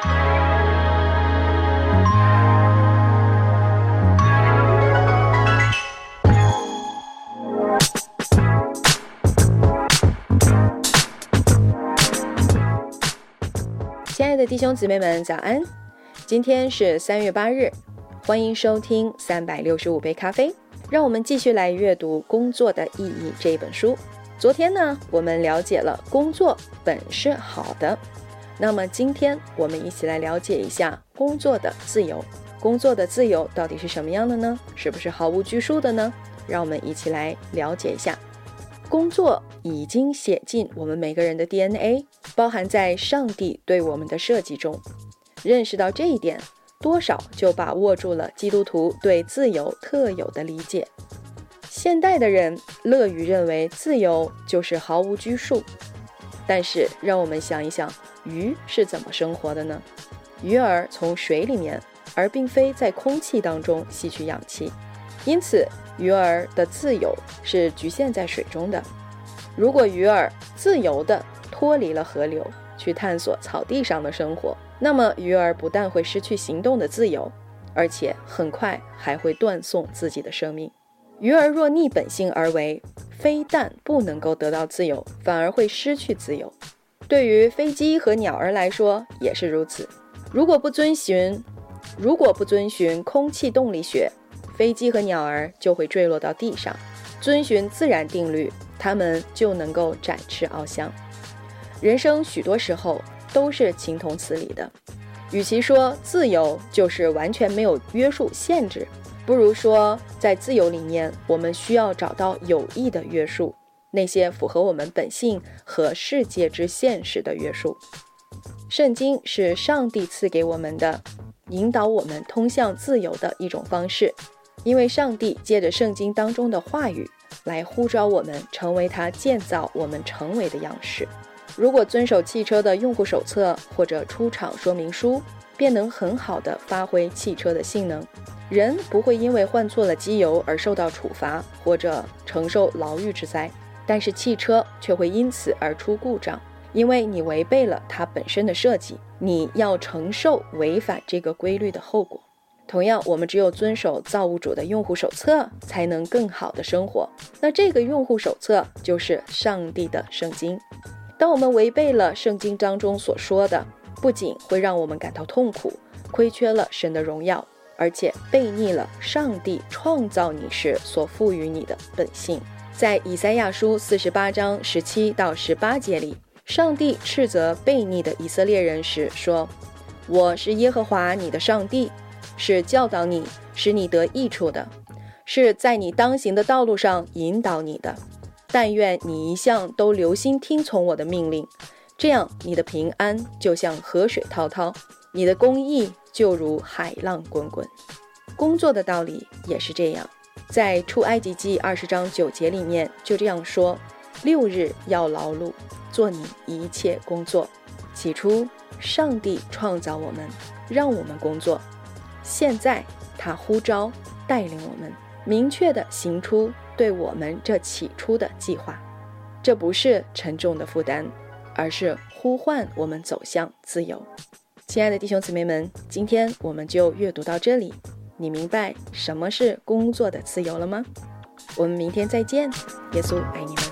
亲爱的弟兄姊妹们，早安！今天是3月8日，欢迎收听365杯咖啡。让我们继续来阅读《工作的意义》这一本书。昨天呢，我们了解了工作本是好的，那么今天我们一起来了解一下工作的自由。工作的自由到底是什么样的呢？是不是毫无拘束的呢？让我们一起来了解一下。工作已经写进我们每个人的 DNA， 包含在上帝对我们的设计中。认识到这一点，多少就把握住了基督徒对自由特有的理解。现代的人乐于认为自由就是毫无拘束，但是让我们想一想，鱼是怎么生活的呢？鱼儿从水里面，而并非在空气当中吸取氧气，因此鱼儿的自由是局限在水中的。如果鱼儿自由地脱离了河流，去探索草地上的生活，那么鱼儿不但会失去行动的自由，而且很快还会断送自己的生命。鱼儿若逆本性而为，非但不能够得到自由，反而会失去自由。对于飞机和鸟儿来说也是如此。如果不遵循空气动力学，飞机和鸟儿就会坠落到地上。遵循自然定律，它们就能够展翅翱翔。人生许多时候都是情同此理的，与其说自由就是完全没有约束限制，不如说在自由里面，我们需要找到有益的约束，那些符合我们本性和世界之现实的约束。圣经是上帝赐给我们的，引导我们通向自由的一种方式，因为上帝借着圣经当中的话语来呼召我们成为他建造我们成为的样式。如果遵守汽车的用户手册或者出厂说明书，便能很好地发挥汽车的性能。人不会因为换错了机油而受到处罚或者承受牢狱之灾，但是汽车却会因此而出故障，因为你违背了它本身的设计，你要承受违反这个规律的后果。同样，我们只有遵守造物主的用户手册，才能更好的生活。那这个用户手册就是上帝的圣经。当我们违背了圣经当中所说的，不仅会让我们感到痛苦，亏缺了神的荣耀，而且背逆了上帝创造你时所赋予你的本性。在以赛亚书48章17到18节里，上帝斥责悖逆的以色列人时说：我是耶和华你的上帝，是教导你，使你得益处的，是在你当行的道路上引导你的。但愿你一向都留心听从我的命令，这样你的平安就像河水滔滔，你的公义就如海浪滚滚。工作的道理也是这样，在出埃及记20章9节里面就这样说：6日要劳碌，做你一切工作。起初上帝创造我们，让我们工作，现在他呼召带领我们，明确地行出对我们这起初的计划。这不是沉重的负担，而是呼唤我们走向自由。亲爱的弟兄姊妹们，今天我们就阅读到这里。你明白什么是工作的自由了吗？我们明天再见，耶稣爱你们。